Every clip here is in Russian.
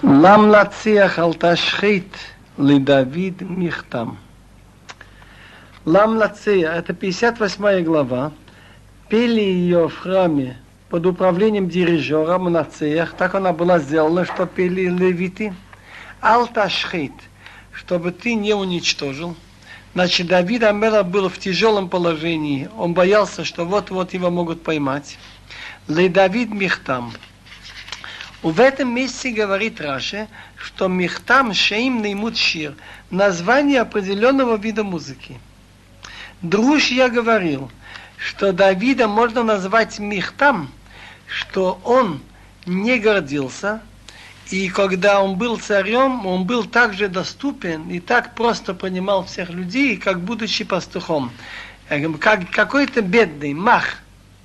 Лам лациях алташхит ли Давид михтам. Лам лациях, это 58 глава. Пели ее в храме под управлением дирижера Мнацеях. Так она была сделана, что пели левиты. Алташхит, чтобы ты не уничтожил. Значит, Давид Амелах был в тяжелом положении. Он боялся, что вот-вот его могут поймать. Ли Давид михтам. В этом месте говорит Раши, что михтам шеим неймут шир, название определенного вида музыки. Друж я говорил, что Давида можно назвать михтам, что он не гордился, и когда он был царем, он был также доступен и так просто понимал всех людей, как будучи пастухом. Как какой-то бедный мах.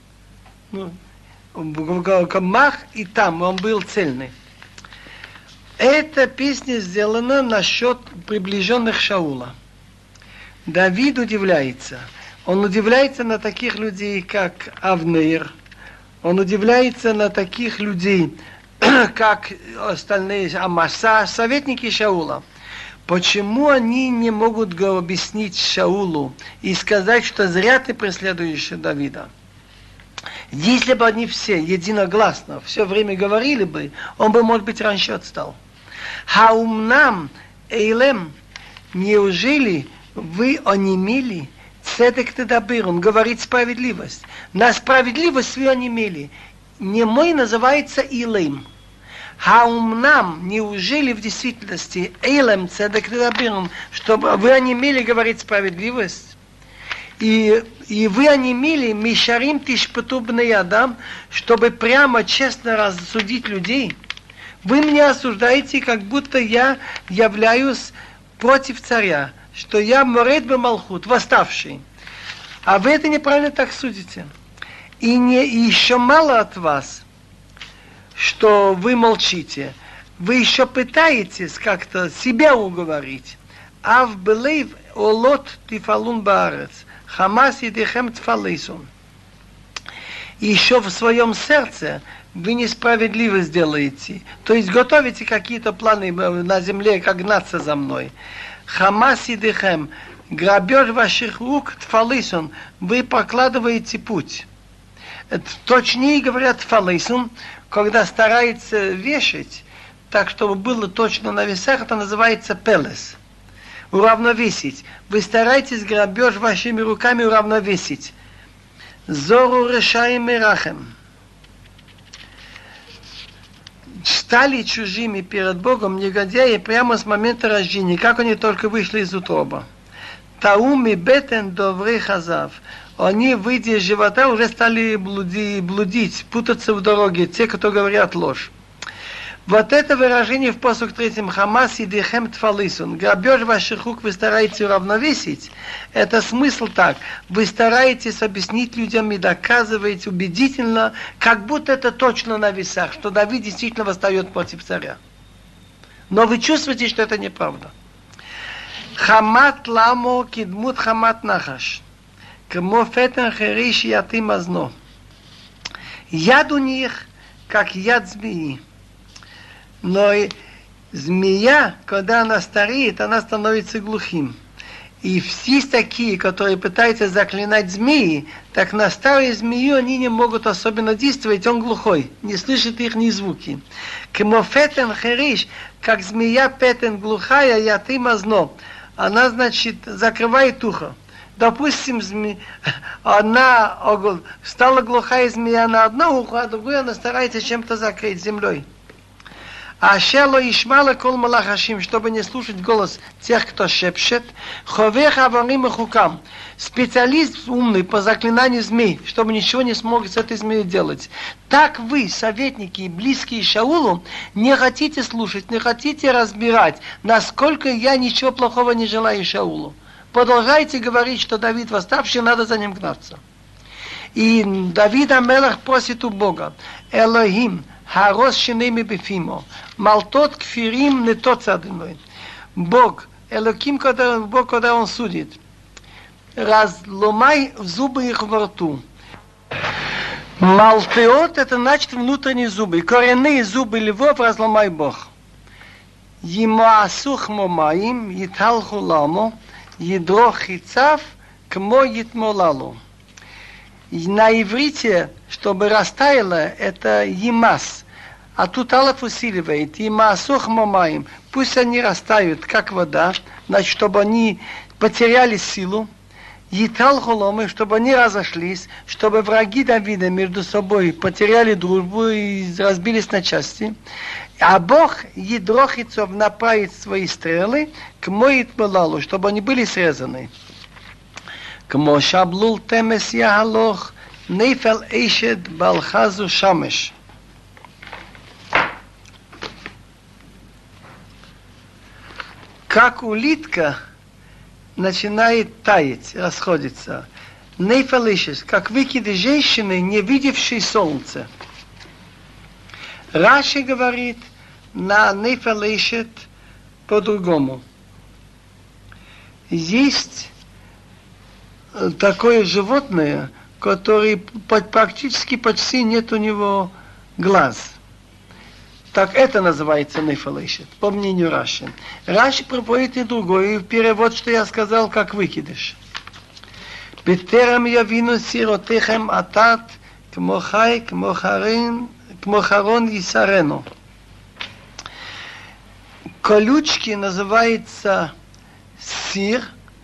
Мах и там, он был цельный. Эта песня сделана насчет приближенных Шаула. Давид удивляется. Он удивляется на таких людей, как Авнер. Он удивляется на таких людей, как остальные Амаса, советники Шаула. Почему они не могут объяснить Шаулу и сказать, что зря ты преследуешь Давида? Если бы они все единогласно все время говорили бы, он бы, может быть, раньше отстал. Хаумнам эйлем, неужели вы онемели? Цедек тедабир, он говорит справедливость. На справедливость вы онемели. Немой называется илем. Хаумнам, неужели в действительности эйлем цедек тедабир, чтобы вы онемели говорить справедливость? И вы онемели мишарим тишпету бней адам, чтобы прямо честно рассудить людей. Вы меня осуждаете, как будто я являюсь против царя, что я моред бе малхут, восставший. А вы это неправильно так судите. И еще мало от вас, что вы молчите. Вы еще пытаетесь как-то себя уговорить. Ав белейв олот тифалун баарец. Хамас едихем тфалейсун. Еще в своем сердце вы несправедливо сделаете. То есть готовите какие-то планы на земле, как гнаться за мной. Хамас едихем. Грабеж ваших рук тфалейсун. Вы прокладываете путь. Точнее говорят тфалейсун, когда старается вешать, так чтобы было точно на весах, это называется пелес. Уравновесить. Вы стараетесь грабеж вашими руками уравновесить. Зору решаем ирахем. Стали чужими перед Богом негодяи прямо с момента рождения, как они только вышли из утроба. Тауми бетен доврей хазав. Они, выйдя из живота, уже стали блудить, путаться в дороге, те, кто говорят ложь. Вот это выражение в посук 3 Хамас и дехем тфалисун. Грабеж ваших рук вы стараетесь уравновесить. Это смысл так. Вы стараетесь объяснить людям и доказываете убедительно, как будто это точно на весах, что Давид действительно восстает против царя. Но вы чувствуете, что это неправда. Хамат ламо кидмут хамат нахаш. Кмо фетен хериш яты мазно. Яд у них, как яд змеи. Но змея, когда она стареет, она становится глухим. И все такие, которые пытаются заклинать змеи, так на старую змею они не могут особенно действовать, он глухой, не слышит их ни звуки. Кемофетен хериш, как змея петен глухая, яты мазно. Она, значит, закрывает ухо. Допустим, она стала глухая змея на одно ухо, а другую она старается чем-то закрыть землей. А шело ишмала кол малахашим, чтобы не слушать голос тех, кто шепчет. Ховех аварим и хукам. Специалист умный по заклинанию змей, чтобы ничего не смог с этой змеей делать. Так вы, советники, близкие Шаулу, не хотите слушать, не хотите разбирать, насколько я ничего плохого не желаю Шаулу. Продолжайте говорить, что Давид восставший, надо за ним гнаться. И Давид Амелах просит у Бога: Элохим, харос шинеми бефимо, малтот кфирим не тот цадиной. Бог, Элоким, Бог, когда он судит, разломай зубы их во рту. Малтеот — это значит внутренние зубы. Коренные зубы львов разломай Бог. ימואסו כמו מים, יתהלכו למו, ידרוך חיצף, כמו יתмолалу. На иврите, чтобы растаяло, это емас. А тут алаф усиливает. Емасух мамаим. Пусть они растают, как вода, значит, чтобы они потеряли силу. Етал холомы, чтобы они разошлись, чтобы враги Давида между собой потеряли дружбу и разбились на части. А Бог едрохицов направит свои стрелы к моитмолалу, чтобы они были срезаны. Кмо шаблул темес ягалох, нейфел эйшет балхазу шамеш. Как улитка начинает таять, расходиться. Нейфелишес, как выкиды женщины, не видевшей солнце. Раши говорит на нейфелишет по-другому. Есть такое животное, которое практически почти нет у него глаз. Так это называется нефалешет, по мнению Раши. Раши пропоит и другой перевод, что я сказал, как выкидыш. Бетерам явину сиротехем атат, кмохай, кмохарон исарену. Колючки называется сир,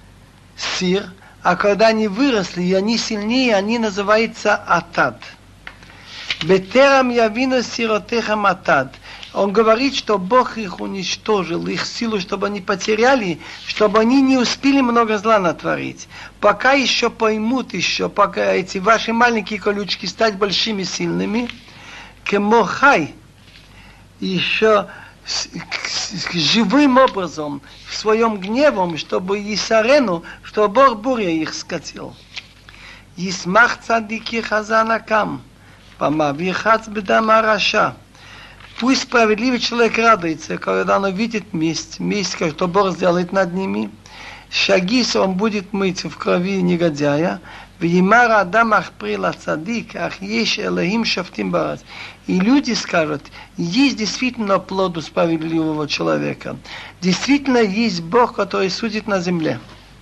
а когда они выросли и они сильнее, они называются атад. Бетерам явину сиротехам атад. Он говорит, что Бог их уничтожил, их силу, чтобы они потеряли, чтобы они не успели много зла натворить. Пока еще поймут, пока эти ваши маленькие колючки стать большими, сильными, кемохай, еще живым образом, в своем гневом, чтобы Исарену, чтобы Бог буря их скатил. Исмах цадики хазанакам. Пусть справедливый человек радуется, когда он видит месть, что Бог сделает над ними. Шагис он будет мыть в крови негодяя. И люди скажут, есть действительно плод у справедливого человека. Действительно есть Бог, который судит на земле.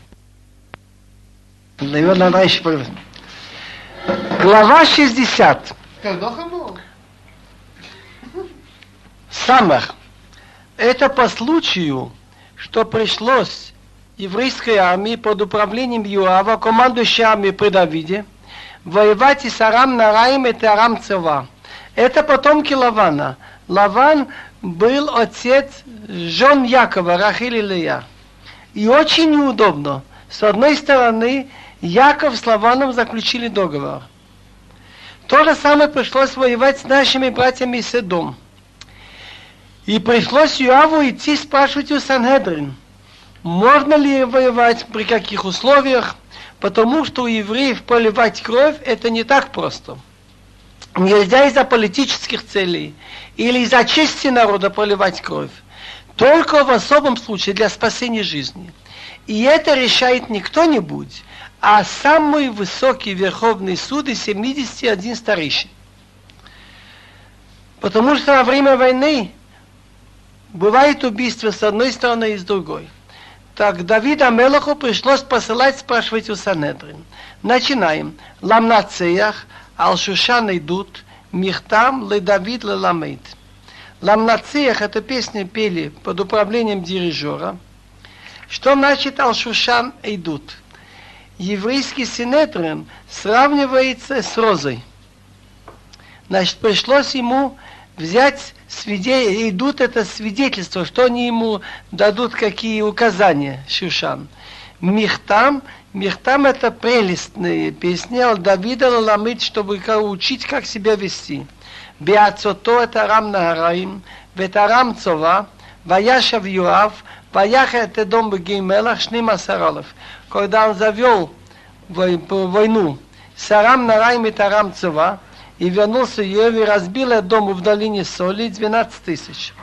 Глава 60. Самых. Это по случаю, что пришлось еврейской армии под управлением Юава, командующей армией при Давиде, воевать и с Арам Нараим и Арам Цева. Это потомки Лавана. Лаван был отец жен Якова, Рахиль и Лея. И очень неудобно. С одной стороны, Яков с Лаваном заключили договор. То же самое пришлось воевать с нашими братьями из Эдом. И пришлось Юаву идти спрашивать у Сангедрин, можно ли воевать, при каких условиях, потому что у евреев проливать кровь это не так просто. Нельзя из-за политических целей или из-за чести народа проливать кровь. Только в особом случае для спасения жизни. И это решает не кто-нибудь, а самый высокий верховный суд из 71 старейшин. Потому что во время войны бывает убийство с одной стороны и с другой. Так Давиду Амелаху пришлось посылать спрашивать у Санедрин. Начинаем. Ламнацеях, Ал-Шушан идут, Михтам, Ле-Давид, Ле-Ламейд. Ламнацеях это песни пели под управлением дирижера. Что значит Ал-Шушан идут? Еврейский Синедрин сравнивается с розой. Значит, пришлось ему взять идут это свидетельство, что они ему дадут, какие указания, Шушан. Михтам это прелестные песни, ал Давида ламит, чтобы учить, как себя вести. Беацото это Арам Нараим, вет Арам Цова, Ваяшав Юав, Ваяха это дом Бегеймелах, Шним Асаралов. Когда он завел войну с Арам Нараим и Арам Цова, и вернулся Юав и разбил этот дом в долине Соли 12 тысяч.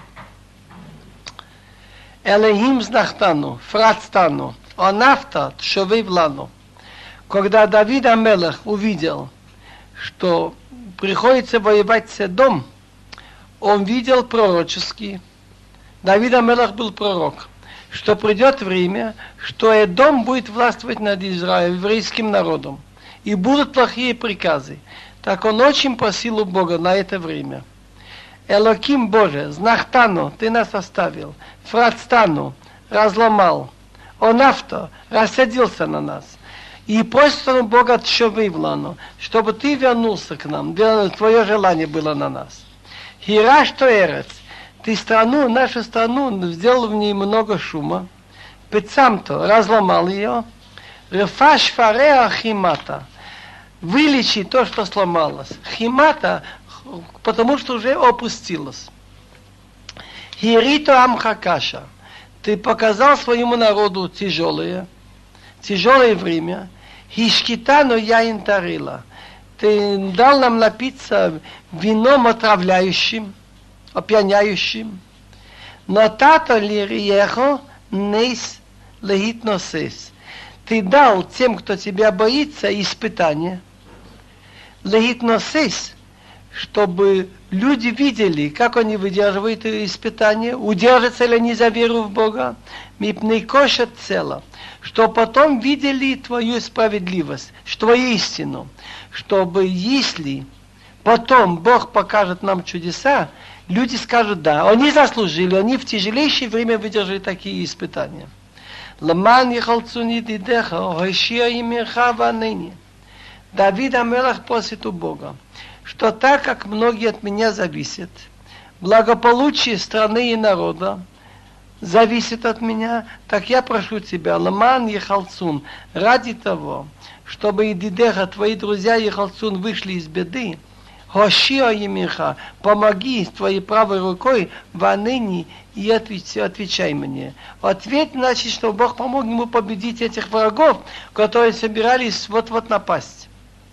Элехим знахтану, фрацтану, онафта тшовей влану. Когда Давид Амелах увидел, что приходится воевать с Эдом, он видел пророчески, Давид ха-Мелех был пророк, что придет время, что Эдом будет властвовать над Израилем, еврейским народом, и будут плохие приказы. Так он очень просил у Бога на это время. Элоким Боже, Знахтану, ты нас оставил, Фрацтану, разломал, Онафто, рассердился на нас. И просит он у Бога Тшовивлану, чтобы ты вернулся к нам, твое желание было на нас. Хираш Тоэрец, ты страну, нашу страну, сделал в ней много шума. Пецамто, разломал ее. Рефаш фареа химата, вылечи то, что сломалось. Химата, потому что уже опустилось. Хирито амхакаша, ты показал своему народу тяжелое время. Хишкитану яин тарила, ты дал нам напиться вином отравляющим, опьяняющим. Но тато лириехо нейс легитносес, ты дал тем, кто тебя боится, испытания. Легитносес, чтобы люди видели, как они выдерживают испытания, удержатся ли они за веру в Бога, мипнейкошат цело, что потом видели твою справедливость, твою истину, чтобы если потом Бог покажет нам чудеса, люди скажут, да, они заслужили, они в тяжелейшее время выдержали такие испытания. Ламан ехалцуни дидеха, ойшия имирха ванени. Давид ха-Мелех просит у Бога, что так как многие от меня зависят, благополучие страны и народа зависит от меня, так я прошу тебя, Ламан ехалцун, ради того, чтобы и дидеха, твои друзья ехалцун, вышли из беды, Хошиа Емиха, помоги твоей правой рукой в ныне и отвечай мне. Ответь, значит, что Бог помог ему победить этих врагов, которые собирались вот-вот напасть.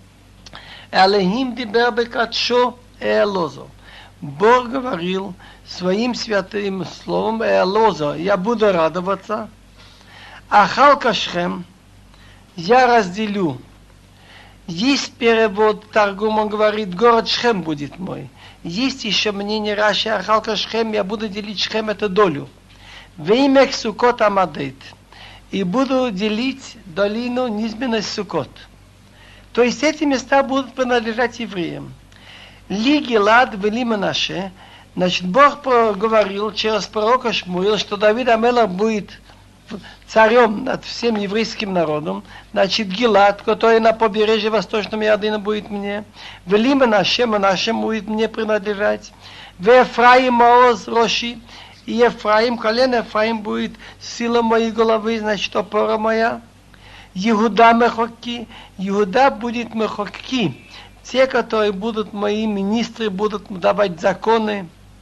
Элохим дибер бекадшо элозо. Бог говорил своим святым словом элозо, я буду радоваться. Ахал кашхем, я разделю. Есть перевод, Таргум, он говорит, город Шхем будет мой. Есть еще мнение Раши, Ахалка Шхем, я буду делить Шхем эту долю. Веймек Сукот Амадет. И буду делить долину низменность Сукот. То есть эти места будут принадлежать евреям. Ли Гилад вели Манаше. Значит, Бог говорил через пророка Шмуила, что Давид ха-Мелех будет царем над всем еврейским народом. Значит, Гилад, который на побережье Восточного Иордана будет мне. Вели Манаше, Манаше будет мне принадлежать. В Ефраим Маоз Роши. И Ефраим, колено Ефраим будет сила моей головы, значит, опора моя. Иуда Мехоки. Иуда будет Мехоки. Те, которые будут мои министры, будут давать законы.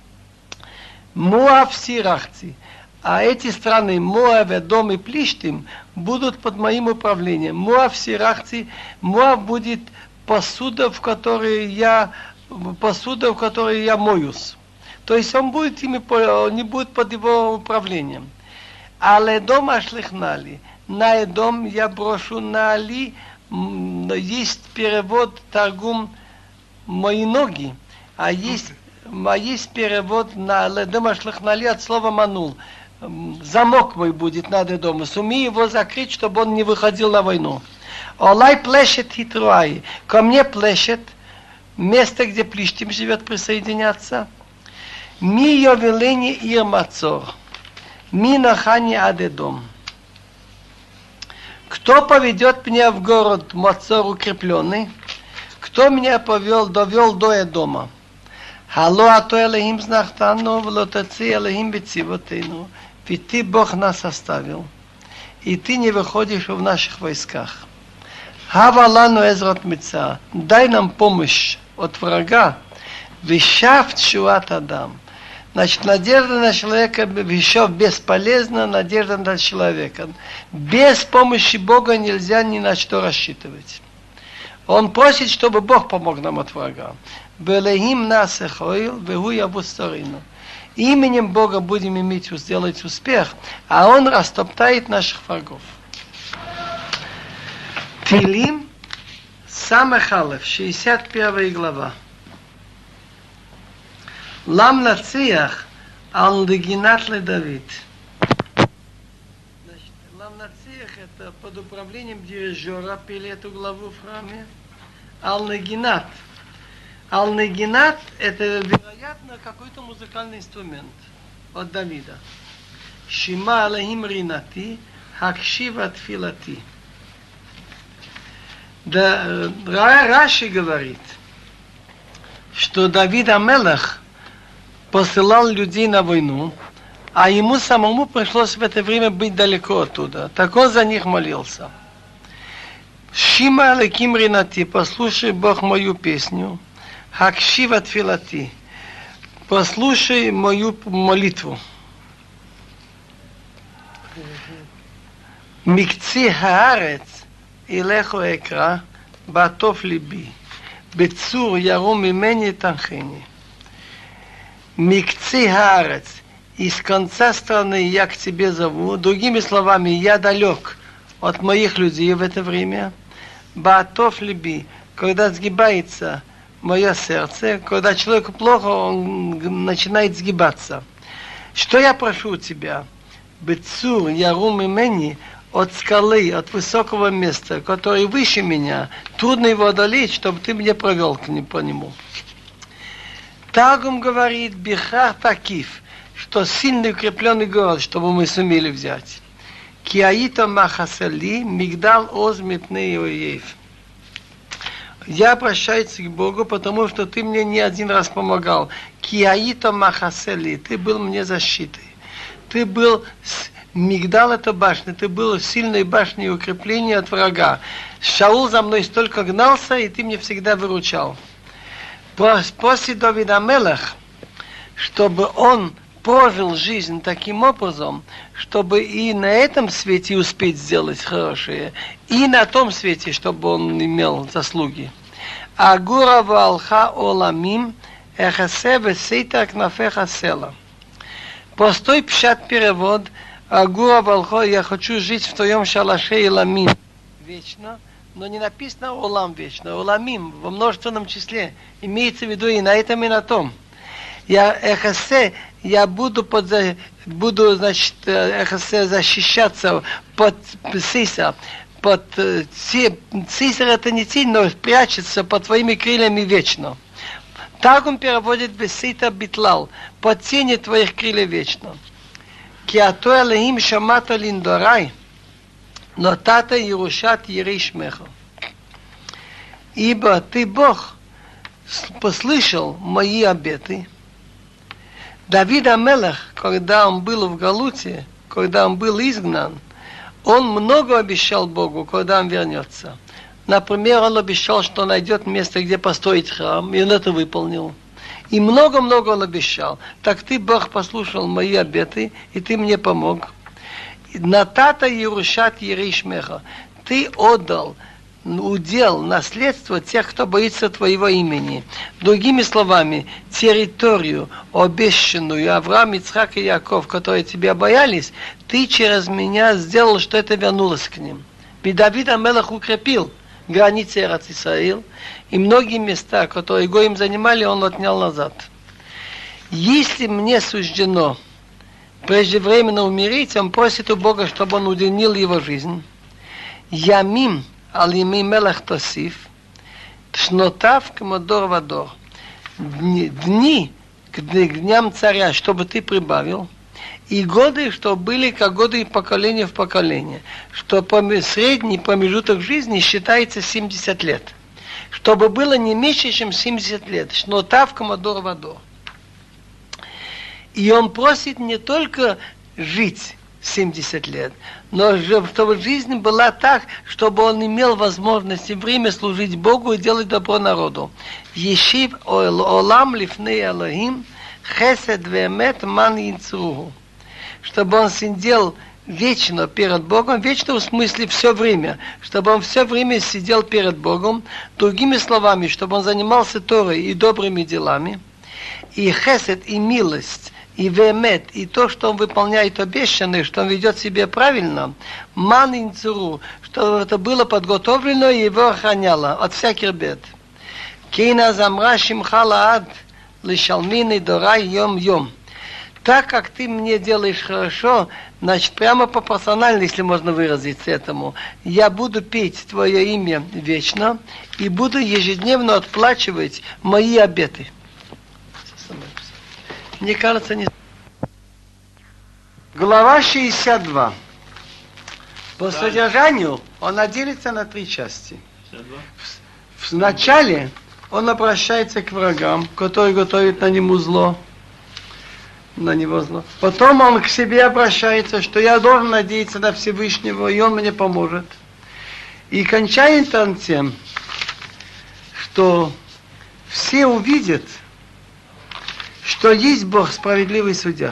Муав Сирахци. А эти страны, Моав, Эдом и Плиштим, будут под моим управлением. Моав, Сирахци, Моав будет посуда, в которой я моюсь. То есть он будет не будет под его управлением. А Эдом ашлихнали. На Эдом я брошу на Али. Есть перевод Таргум «мои ноги», а есть перевод на Эдом ашлихнали от слова «манул». Замок мой будет над Эдомом. Суми его закрыть, чтобы он не выходил на войну. Олай плещет хитруай. Ко мне плещет место, где Плиштим живет, присоединяться. Ми йовелени ир мацор. Ми нахани ад Эдом. Кто поведет меня в город Мацор укрепленный? Кто меня довел до Эдома? Халло ато Элохим знахтану, влотаци Элохим бецивотейну. Ведь ты, Бог, нас оставил, и ты не выходишь в наших войсках. Хавалану эзрот мица, дай нам помощь от врага. Вишав чуат адам. Значит, надежда на человека еще бесполезна, надежда на человека. Без помощи Бога нельзя ни на что рассчитывать. Он просит, чтобы Бог помог нам от врага. Велехим насехоил, вегу ябустарину. Именем Бога будем сделать успех, а Он растоптает наших врагов. Тилим, Самахалев, 61 глава. Лам нациях, Ал-Нагинат Давид. Значит, Ламнациях это под управлением дирижера пели эту главу в храме. Ал-Нагинат. Ал-Нагинат это, вероятно, какой-то музыкальный инструмент от Давида. Шима Алахим Ринати, Хакшива Тфилати. Да, Раши говорит, что Давид Амелах посылал людей на войну, а ему самому пришлось в это время быть далеко оттуда. Так он за них молился. Шима Алаким Ринати, послушай, Бог, мою песню. Хакшива Тфилати, послушай мою молитву. Микци Хаарец илехо экра, батов либи, бецур ярум имени танхини. Микци Хаарец, из конца страны я к тебе зову. Другими словами, я далек от моих людей в это время. Батов либи, когда сгибается мое сердце, когда человеку плохо, он начинает сгибаться. Что я прошу у тебя? Бецур ярум имени, от скалы, от высокого места, который выше меня, трудно его одолеть, чтобы ты меня провел по нему. Таргум говорит, бихар такив, что сильный укрепленный город, чтобы мы сумели взять. Киаито махасали, мигдал оз мипней оеев. Я обращаюсь к Богу, потому что ты мне не один раз помогал. Киаито махасали, ты был мне защитой. Ты был мигдал, это башня, ты был в сильной башне укрепления от врага. Шаул за мной столько гнался, и ты мне всегда выручал. После Давида Амелах, чтобы он прожил жизнь таким образом, чтобы и на этом свете успеть сделать хорошее, и на том свете, чтобы он имел заслуги. Агура валха оламим эхасе весейта кнафеха села. Простой пшат перевод. Агура валхо, я хочу жить в твоем шалаше и ламим вечно, но не написано олам вечно, оламим во множественном числе. Имеется в виду и на этом, и на том. Я эхасе, я буду значит, эхасе защищаться под сиса, под сисер это не тень, но прячется под твоими крыльями вечно. Так он переводит бесита битлал, под тени твоих крыльев вечно. Киато Элохим шамата линдорай, нотата Ерушат Ерей Шмеха. Ибо ты, Бог, послышал мои обеты. Давид Амелах, когда он был в Галуте, когда он был изгнан, он много обещал Богу, когда он вернется. Например, он обещал, что найдет место, где построить храм, и он это выполнил. И много-много он обещал. Так ты, Бог, послушал мои обеты, и ты мне помог. Натата Ерушат Ерей Шмеха. Ты отдал удел, наследство тех, кто боится твоего имени. Другими словами, территорию, обещанную Авраам, Ицхак и Яков, которые тебя боялись, ты через меня сделал, что это вернулось к ним. Ведь Давид Амелах укрепил границы Эрец-Исраил, и многие места, которые гоим занимали, он отнял назад. Если мне суждено преждевременно умереть, он просит у Бога, чтобы он удлинил его жизнь. Ямим алими мелах тосиф, шнотав кмодор вадор. Дни к дням царя, чтобы ты прибавил, и годы, что были как годы поколения в поколение, что средний промежуток жизни считается 70 лет. Чтобы было не меньше, чем 70 лет. Шнотав камадор вадор. И он просит не только жить 70 лет, но чтобы жизнь была так, чтобы он имел возможность и время служить Богу и делать добро народу. Ешив олам лифней Элохим хесед веэмет ман янцругу. Чтобы он сидел вечно перед Богом, вечно в смысле все время, чтобы он все время сидел перед Богом, другими словами, чтобы он занимался Торой и добрыми делами, и хесед, и милость, и веэмет, и то, что он выполняет обещанное, что он ведет себя правильно, ман инцуру, что это было подготовлено и его охраняло от всяких бед. Кейна замра шимха лаад лишалмины дорай йом-йом. так как ты мне делаешь хорошо, значит, прямо пропорционально, если можно выразиться этому, я буду петь твое имя вечно и буду ежедневно отплачивать мои обеты. Мне кажется, не... Глава 62. По содержанию она делится на 3 части. В начале он обращается к врагам, которые готовят на него зло. Потом он к себе обращается, что я должен надеяться на Всевышнего, и он мне поможет. И кончается он тем, что все увидят, что есть Бог, справедливый судья.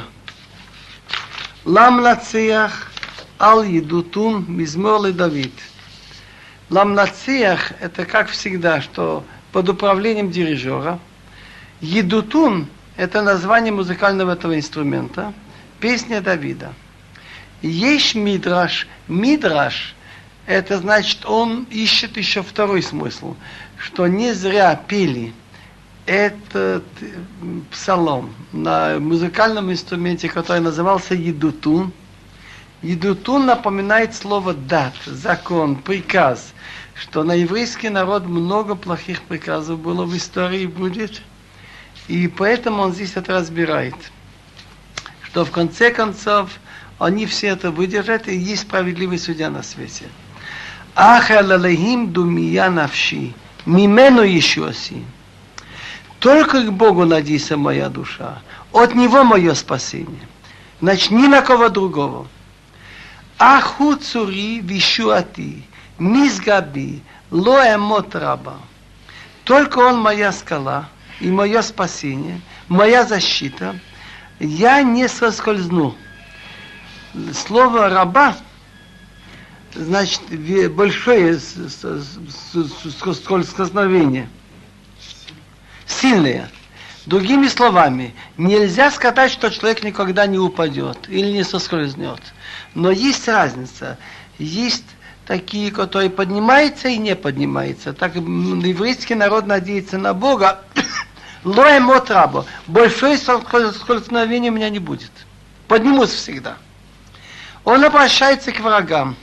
Лам нациях ал едутун мизмор Давид. Лам нациях это как всегда, что под управлением дирижера. Едутун это название музыкального этого инструмента, песня Давида. Есть мидраш. Мидраш, это значит, он ищет еще второй смысл, что не зря пели этот псалом на музыкальном инструменте, который назывался едутун. Едутун напоминает слово дат, закон, приказ, что на еврейский народ много плохих приказов было в истории будет. И поэтому он здесь это разбирает, что в конце концов они все это выдержат, и есть справедливый судья на свете. Ах алалахим думия навши, мимену ешуаси. Только к Богу надейся моя душа, от Него мое спасение. Значит, ни на кого другого. Аху цури вишуати, мизгаби, лоэмот раба. Только Он моя скала и мое спасение, моя защита, я не соскользну. Слово раба значит большое скользновение, сильное. Другими словами, нельзя сказать, что человек никогда не упадет или не соскользнет. Но есть разница. Есть такие, которые поднимаются и не поднимаются. Так еврейский народ надеется на Бога. Лоэмот рабо. Большое скользновение у меня не будет. Поднимусь всегда. Он обращается к врагам.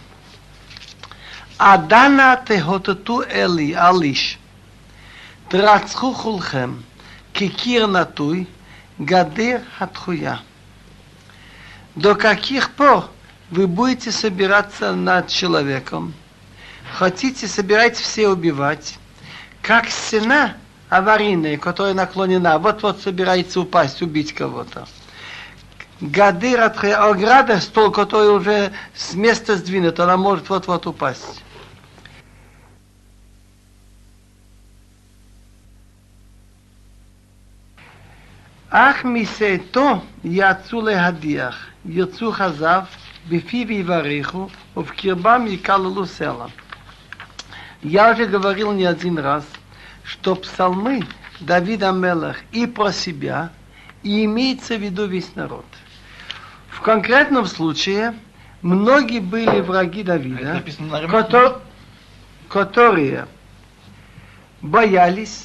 Адана техотату эли алиш. Трацху хулхем. Кикир натуй. Гадер хатхуя. До каких пор вы будете собираться над человеком? Хотите, собирать все убивать. Как стена аварийная, которая наклонена, вот-вот собирается упасть, убить кого-то. Гадыр ограда, стол, который уже с места сдвинут, она может вот-вот упасть. Ах мисето яцу лехадиях, ירצו חזב, בפיו יברכו, ובקרבם יקללו סלע. Я уже говорил не один раз, что псалмы Давида Мелех и про себя, и имеется в виду весь народ. В конкретном случае, многие были враги Давида, которые боялись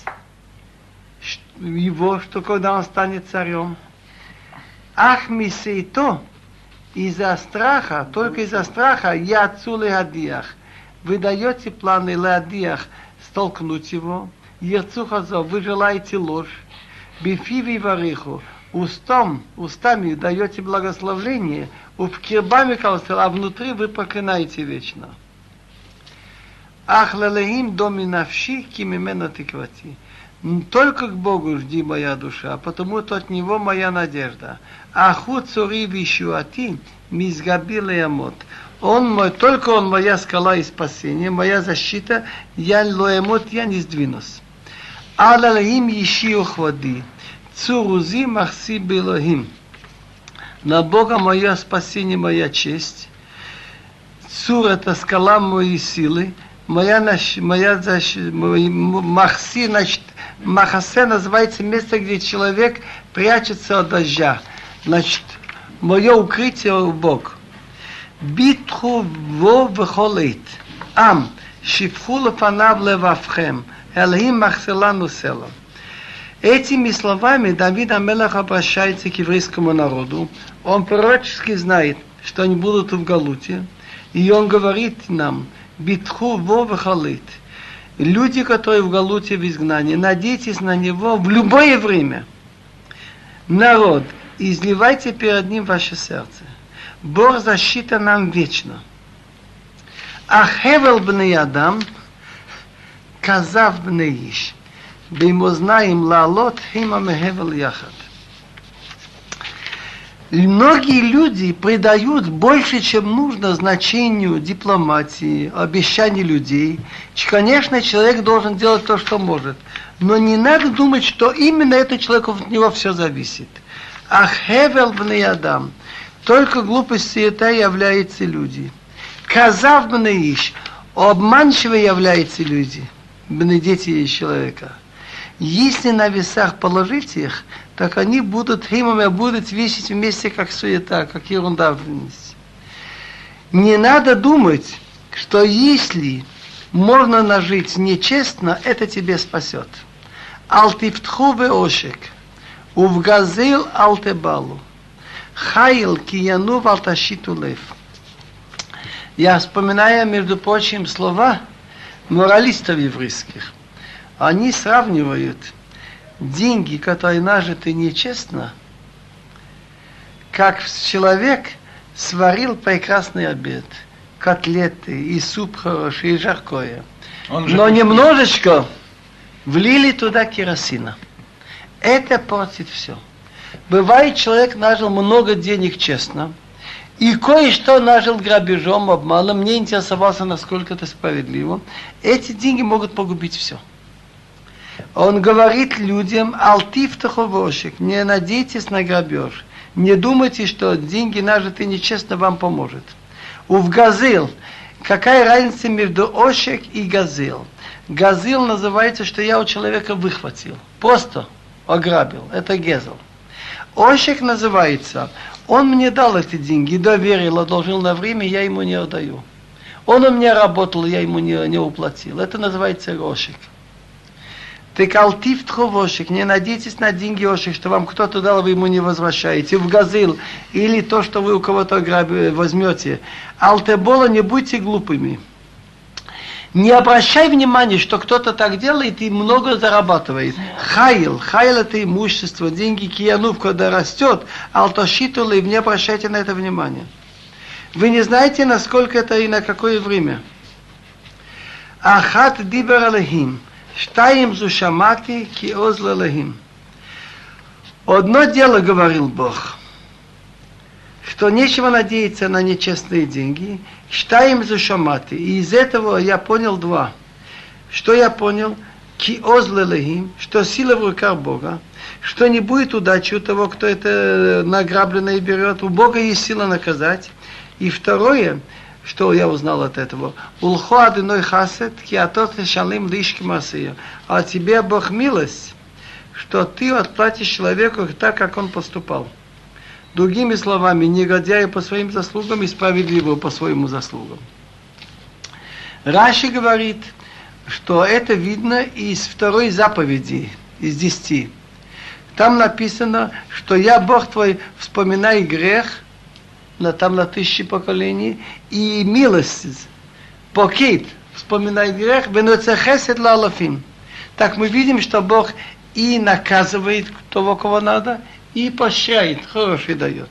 его, что когда он станет царем. Ах мисейто, из-за страха, только из-за страха, я цу леадиях. Вы даете планы леадиях столкнуть его. Ерцухазов, вы желаете ложь. Бифиви вариху, устами даете благословление. Упкирбами калсел, а внутри вы проклинаете вечно. Ах лелеим доми навши, кимимена тиквати. Только к Богу жди моя душа, потому что от Него моя надежда. Аху цури вишуати, мизгаби леямот. Он мой, только Он моя скала и спасение, моя защита, я леямот, я не сдвинусь. Алалахим ешиу хвади, цурузи махси белохим. На Бога мое спасение, моя честь. Цур это скала моей силы, моя махси, значит, махасе называется место, где человек прячется от дождя. Значит, мое укрытие Бог. Битху во вехолит. Ам, шифху лефанав левавхем. Элхим махселану селам. Этими словами Давид а-Мелех обращается к еврейскому народу. Он пророчески знает, что они будут в Галуте. И он говорит нам: «Битху во вехалит». Люди, которые в Галуте в изгнании, надейтесь на него в любое время. Народ, изливайте перед ним ваше сердце. Бог защита нам вечно. А хевел бней Адам, казав бней Иш. Беймознаем лаалот хима мехевел яхад. Многие люди придают больше, чем нужно, значению дипломатии, обещаний людей. Конечно, человек должен делать то, что может. Но не надо думать, что именно этот человек, от него все зависит. А хевел бней Адам. Только глупости это являются люди. Казав бней Иш. Обманчивые являются люди. Дети человека. Если на весах положить их, так они будут химами, будут весить вместе, как суета, как ерунда. Не надо думать, что если можно нажить нечестно, это тебе спасет. Алтифтху веошек, увгазил алтебалу, хаил кияну валташиту лев. Я вспоминаю, между прочим, слова моралистов еврейских. Они сравнивают деньги, которые нажиты нечестно, как человек сварил прекрасный обед, котлеты и суп хороший, и жаркое. Но немножечко влили туда керосина. Это портит все. Бывает, человек нажил много денег честно, и кое-что нажил грабежом, обманом, не интересовался, насколько это справедливо. Эти деньги могут погубить все. Он говорит людям: «Алтифтаху вошек», не надейтесь на грабеж. Не думайте, что деньги нажитые нечестно вам поможет. Увгазил. Какая разница между ошек и газил? Газил называется, что я у человека выхватил. Просто ограбил. Это гезел. Ошек называется: он мне дал эти деньги, доверил, одолжил на время, я ему не отдаю. Он у меня работал, я ему не уплатил. Это называется ошек. Так алтифтху вошек, не надейтесь на деньги ошек, что вам кто-то дал, вы ему не возвращаете. В газил, или то, что вы у кого-то возьмете. Алтебола, не будьте глупыми. Не обращай внимания, что кто-то так делает и много зарабатывает. Хайл это имущество, деньги киянув, когда растет, алташиту лев, не обращайте на это внимания. Вы не знаете, насколько это и на какое время. Ахат дибер алехим. Штаим зушамати ки озлалахим. Одно дело, говорил Бог, что нечего надеяться на нечестные деньги. Штаим зушамати. И из этого я понял два. Что я понял? Ки озлалахим, что сила в руках Бога, что не будет удачи у того, кто это награбленное берет. У Бога есть сила наказать. И второе, что я узнал от этого? Улхо адыной хасет, ки атот шалим лишки масия. А тебе Бог милость, что ты отплатишь человеку так, как он поступал. Другими словами, негодяю по своим заслугам и справедливого по своим заслугам. Раши говорит, что это видно из второй заповеди, из 10. Там написано, что я, Бог твой, вспоминай грех, там на 1000 поколений, и милость, покит, вспоминай грех, венуцехесет лалафим. Так мы видим, что Бог и наказывает того, кого надо, и поощряет, хороший дает.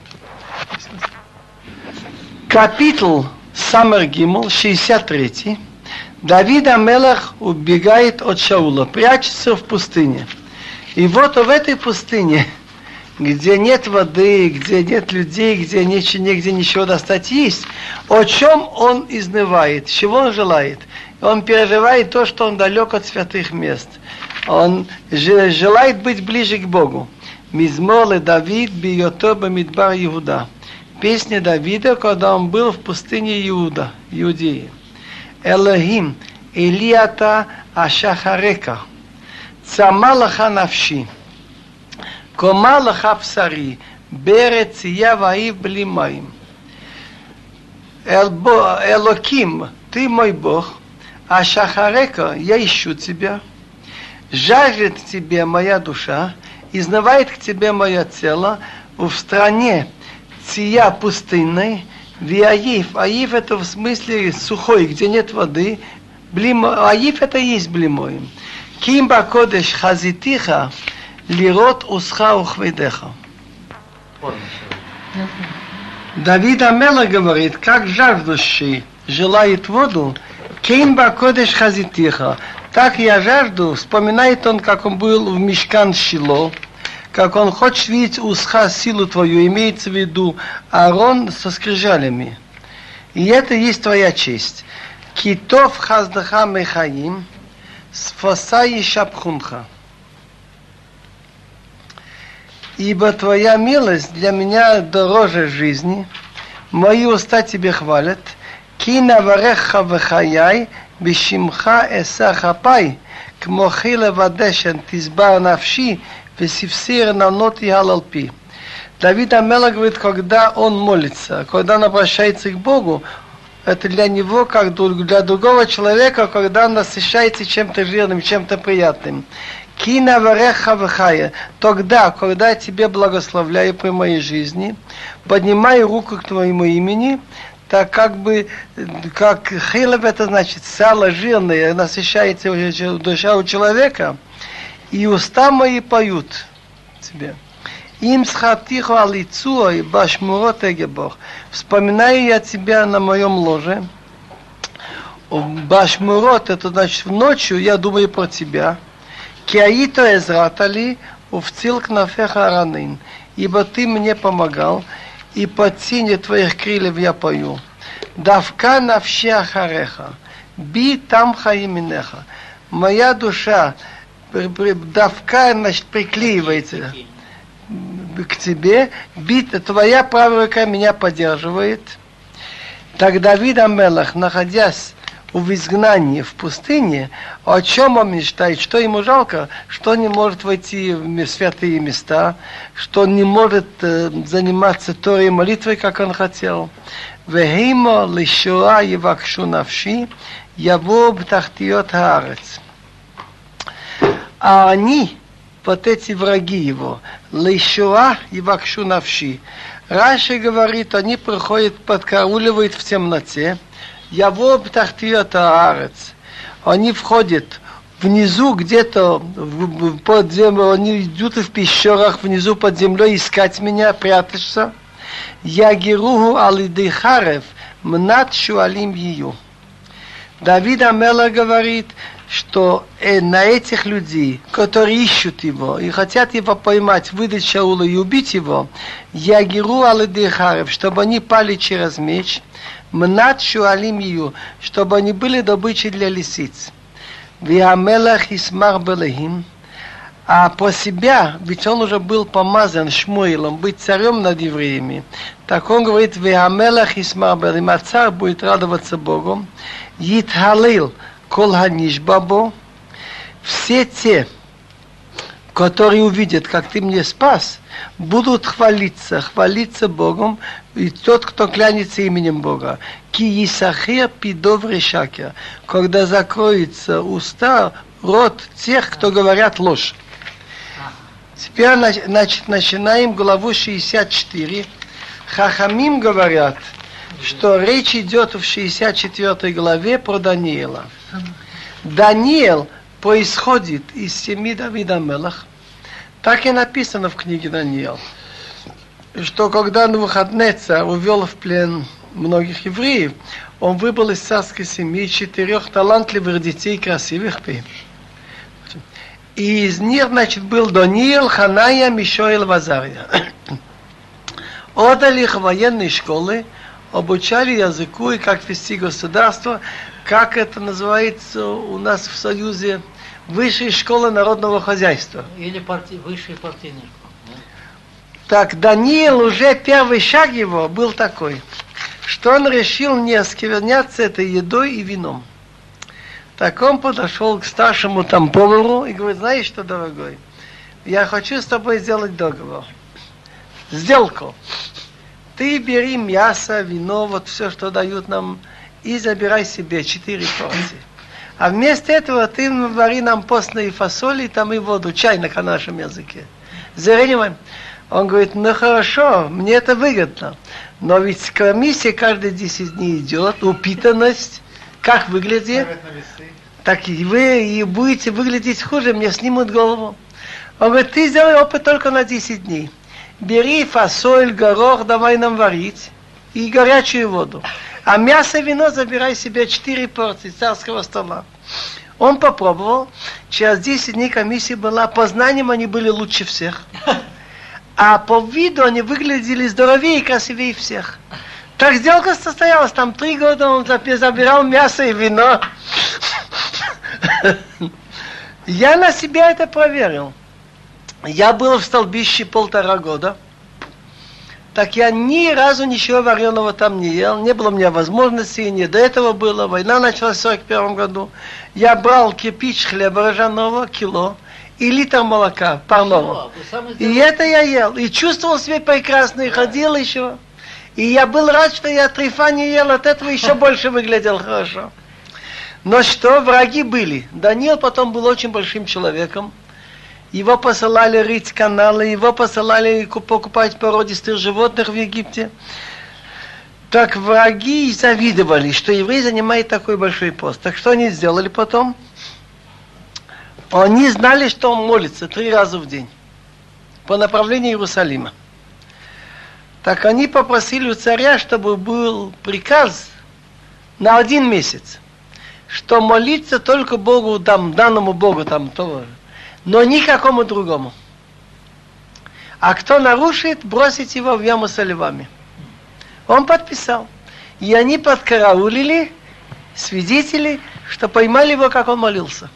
Капитул Самер Гимл, 63. Давид а-Мелех убегает от Шаула, прячется в пустыне. И вот в этой пустыне, где нет воды, где нет людей, где негде ничего достать есть, о чем он изнывает, чего он желает? Он переживает то, что он далек от святых мест. Он желает быть ближе к Богу. Мизмор Давид бийото бамидбар Иуда. Песня Давида, когда он был в пустыне Иудеи. Элохим, Элиата Ашахарека, Цамалаха навши. Кома лаха псари, берец я ваив блимаим. Элоким, ты мой Бог, а шахарека, я ищу тебя. жаждет к тебе моя душа, изнывает к тебе мое тело в стране Ция пустынной, Виаиф. Аиф это в смысле сухой, где нет воды. Аиф это и есть блимой. Кимба кодеш хазитиха, лирот усха ухведеха. Давид Амелах говорит, как жаждущий желает воду, Кимба кодеш хазитиха. Так я жажду, вспоминает он, как он был в Мишкан Шило, как он хочет видеть усха, силу твою, имеется в виду Аарон со скрижалями. И это есть твоя честь. Китов хаздаха мехаим, сфасай шапхунха. Ибо твоя милость для меня дороже жизни, мои уста тебе хвалят. Ки навареха вехаяй, бешимха эсахапай, кмохи левадешен тизбар навши, весивсир наноти халалпи. Давид Амелах говорит, когда он молится, когда он обращается к Богу, это для него, как для другого человека, когда он насыщается чем-то жирным, чем-то приятным. Кина вареха вахая. Тогда, когда я тебе благословляю при моей жизни, поднимаю руку к твоему имени, так как хилев, это значит сало жирное, насыщается душа у человека, и уста мои поют тебе. Им схатиху алицуой башмурот эгебох. Вспоминаю я тебя на моем ложе. Башмурот, это значит в ночью я думаю про тебя. Киаито эзратали увцил кнафеха ранин. Ибо ты мне помогал, и под синей твоих крыльев я пою. Давка навши ахареха, би там хаиминеха. Моя душа давка, значит, приклеивается к тебе, твоя правая рука меня поддерживает. Так Давид Амелах, находясь в изгнании в пустыне, о чем он мечтает, что ему жалко, что он не может войти в святые места, что он не может заниматься Торой и молитвой, как он хотел. Вехимо лишуа евакшу навши, яво бтахтиот хаарец. А они, вот эти враги его, лишуа евакшу навши. Раши говорит, они приходят, подкарауливают в темноте. Яво бтахтиот хаарец. Они входят внизу где-то под землю, они идут в пещерах внизу под землей искать меня, прятаться. Ягиругу алиды харев мнат шуалим ее. Давид Амелах говорит, что на этих людей, которые ищут его и хотят его поймать, выдать Шаула и убить его, ягиру алиды харев, чтобы они пали через меч, мнат шуалим ее, чтобы они были добычей для лисиц. Виамелах исмар белехим. А по себя, ведь он уже был помазан Шмуилом, быть царем над евреями. Так он говорит, Виамелах исмар белехим, а царь будет радоваться Богу. Йитхалил кол ханишбабо. Все те, которые увидят, как ты мне спас, будут хвалиться Богом, и тот, кто клянется именем Бога. Ки исахир пидов решакер, когда закроется уста, рот тех, кто говорят ложь. Теперь, значит, начинаем главу 64. Хахамим говорят, что речь идет в 64 главе про Даниила. Даниил происходит из семьи Давида Амелах. Так и написано в книге Даниил, что когда Навуходоносор увел в плен многих евреев, он выбрал из царской семьи 4 талантливых детей, красивых. И из них, значит, был Даниил, Ханая, Мишоэл, Азария. Отдали их в военные школы, обучали языку и как вести государство, как это называется у нас в Союзе, высшая школа народного хозяйства. Или высшая партийная школа. Так, Даниил, уже первый шаг его был такой, что он решил не оскверняться этой едой и вином. Так он подошел к старшему там повару и говорит, знаешь что, дорогой, я хочу с тобой сделать договор, сделку. Ты бери мясо, вино, вот все, что дают нам, и забирай себе 4 порции. А вместо этого ты вари нам постные фасоли, там и воду, чай на нашем языке. Заверим. Он говорит, ну хорошо, мне это выгодно. Но ведь комиссия каждые 10 дней идет, упитанность, как выглядит, так и вы и будете выглядеть хуже, мне снимут голову. Он говорит, ты сделай опыт только на 10 дней. Бери фасоль, горох, давай нам варить и горячую воду. А мясо и вино забирай себе 4 порции царского стола. Он попробовал, через 10 дней комиссия была, по знаниям они были лучше всех. А по виду они выглядели здоровее и красивее всех. Так сделка состоялась, там 3 года он забирал мясо и вино. Я на себя это проверил. Я был в столбище 1,5 года. Так я ни разу ничего вареного там не ел. Не было у меня возможности, не до этого было. Война началась в 1941 году. Я брал кирпич хлеба ржаного, кило, и литр молока парного. И это я ел. И чувствовал себя прекрасно, и ходил еще. И я был рад, что я трефа не ел, от этого еще больше выглядел хорошо. Но что, враги были. Даниил потом был очень большим человеком. Его посылали рыть каналы, его посылали покупать породистых животных в Египте. Так враги завидовали, что еврей занимает такой большой пост. Так что они сделали потом? Они знали, что он молится 3 раза в день по направлению Иерусалима. Так они попросили у царя, чтобы был приказ на 1 месяц, что молиться только Богу, данному Богу, но никакому другому. А кто нарушит, бросить его в яму со львами. Он подписал. И они подкараулили свидетелей, что поймали его, как он молился.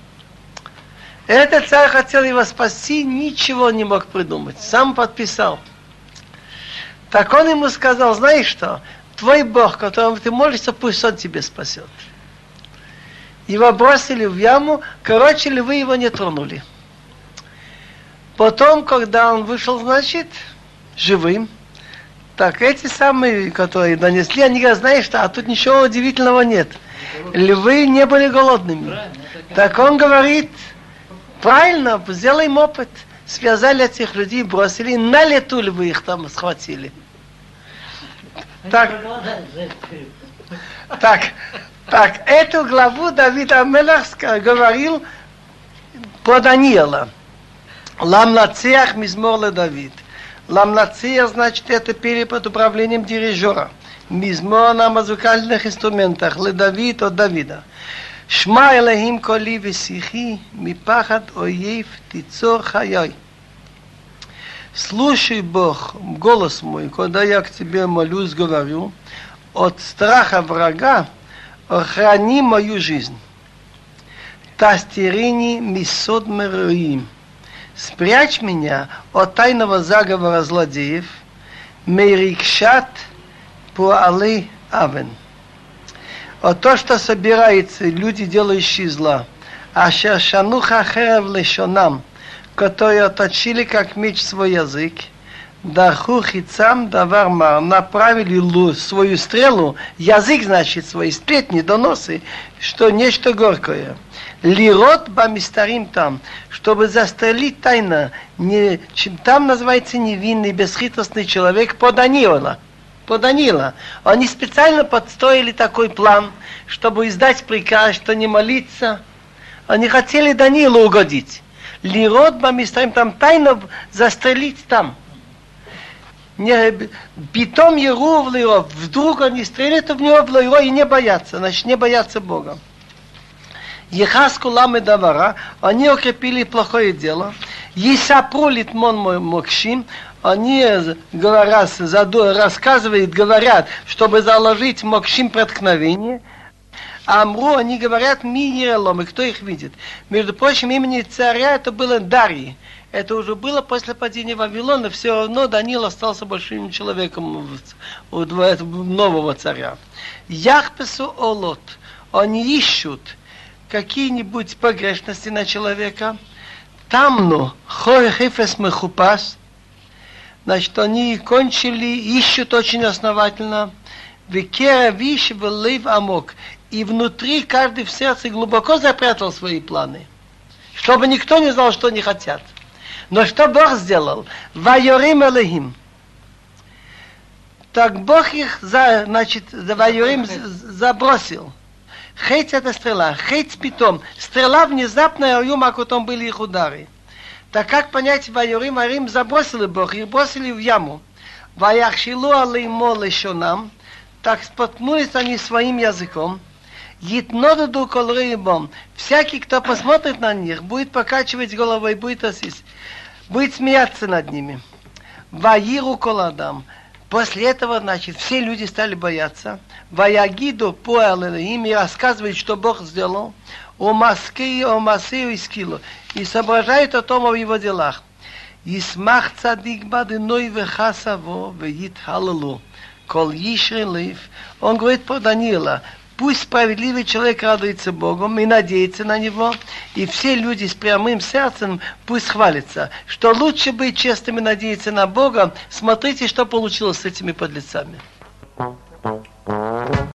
Этот царь хотел его спасти, ничего не мог придумать. Сам подписал. Так он ему сказал, знаешь что, твой Бог, которому ты молишься, пусть он тебе спасет. Его бросили в яму, короче, львы его не тронули. Потом, когда он вышел, значит, живым, так эти самые, которые донесли, они говорят, знаешь что, а тут ничего удивительного нет. Львы не были голодными. Так он говорит, правильно, сделаем опыт. Связали этих людей, бросили, на лету львы их там схватили. Так, эту главу Давид а-Мелех говорил про Даниила. Ламнацех мизмор ле Давид. Ламнацех, значит, это пели под управлением дирижера. Мизмор на музыкальных инструментах. Ле Давид от Давида. Шма Элохим коли весихи, мипахат оев тицор хайой. Слушай, Бог, голос мой, когда я к тебе молюсь, говорю, от страха врага охрани мою жизнь. Тастерини мисод меруим. Спрячь меня от тайного заговора злодеев. Мерикшат пуали авен. От то, что собираются люди, делающие зла. Ашер шануха херев лешонам, которые оточили как меч свой язык. Даху хицам давар мар, направили свою стрелу, язык, значит, свои сплетни, доносы, что нечто горькое. Лирот бамистарим там, чтобы застрелить тайно, там называется невинный, бесхитростный человек по Даниила. Они специально подстроили такой план, чтобы издать приказ, что не молиться. Они хотели Даниилу угодить. Лирот бамистарим там, тайно застрелить там. Битом Еру в Лиро, вдруг они стрелят в него в Лиро и не боятся, значит не боятся Бога. Ехаску ламы давара, они укрепили плохое дело. Есапру литмон мокшим, они говорят, говорят, чтобы заложить мокшим преткновение. Амру, они говорят, ми кто их видит. Между прочим, имени царя это было Дарьи. Это уже было после падения Вавилона, все равно Даниил остался большим человеком у нового царя. Яхпесу олот, они ищут какие-нибудь погрешности на человека. Тамну, хойхифес мехупас, значит, они кончили, ищут очень основательно. Викера виш велив амок, и внутри каждый в сердце глубоко запрятал свои планы, чтобы никто не знал, что они хотят. Но что Бог сделал? Вайорим Элохим. Так Бог их, Вайорим забросил. Хейц это стрела, хейц питом. Стрела внезапная, а потом были их удары. Так как понять Вайорим Арим забросили Бог, их бросили в яму. Ваяхшилу алеймо лешонам. Так споткнулись они своим языком. Йитнодуду кол рейбом. Всякий, кто посмотрит на них, будет покачивать головой, будет смеяться над ними. Ваиру коладам. После этого, все люди стали бояться. Ваягиду поэлэлэим, и рассказывают, что Бог сделал. О Масею и Скилу. И соображают о том, в его делах. Исмах цадик бадыной вехасаво веит халалу. Кол ишрин лейф. Он говорит про Даниила. Пусть справедливый человек радуется Богом и надеется на Него, и все люди с прямым сердцем пусть хвалятся, что лучше быть честными, надеяться на Бога. Смотрите, что получилось с этими подлецами.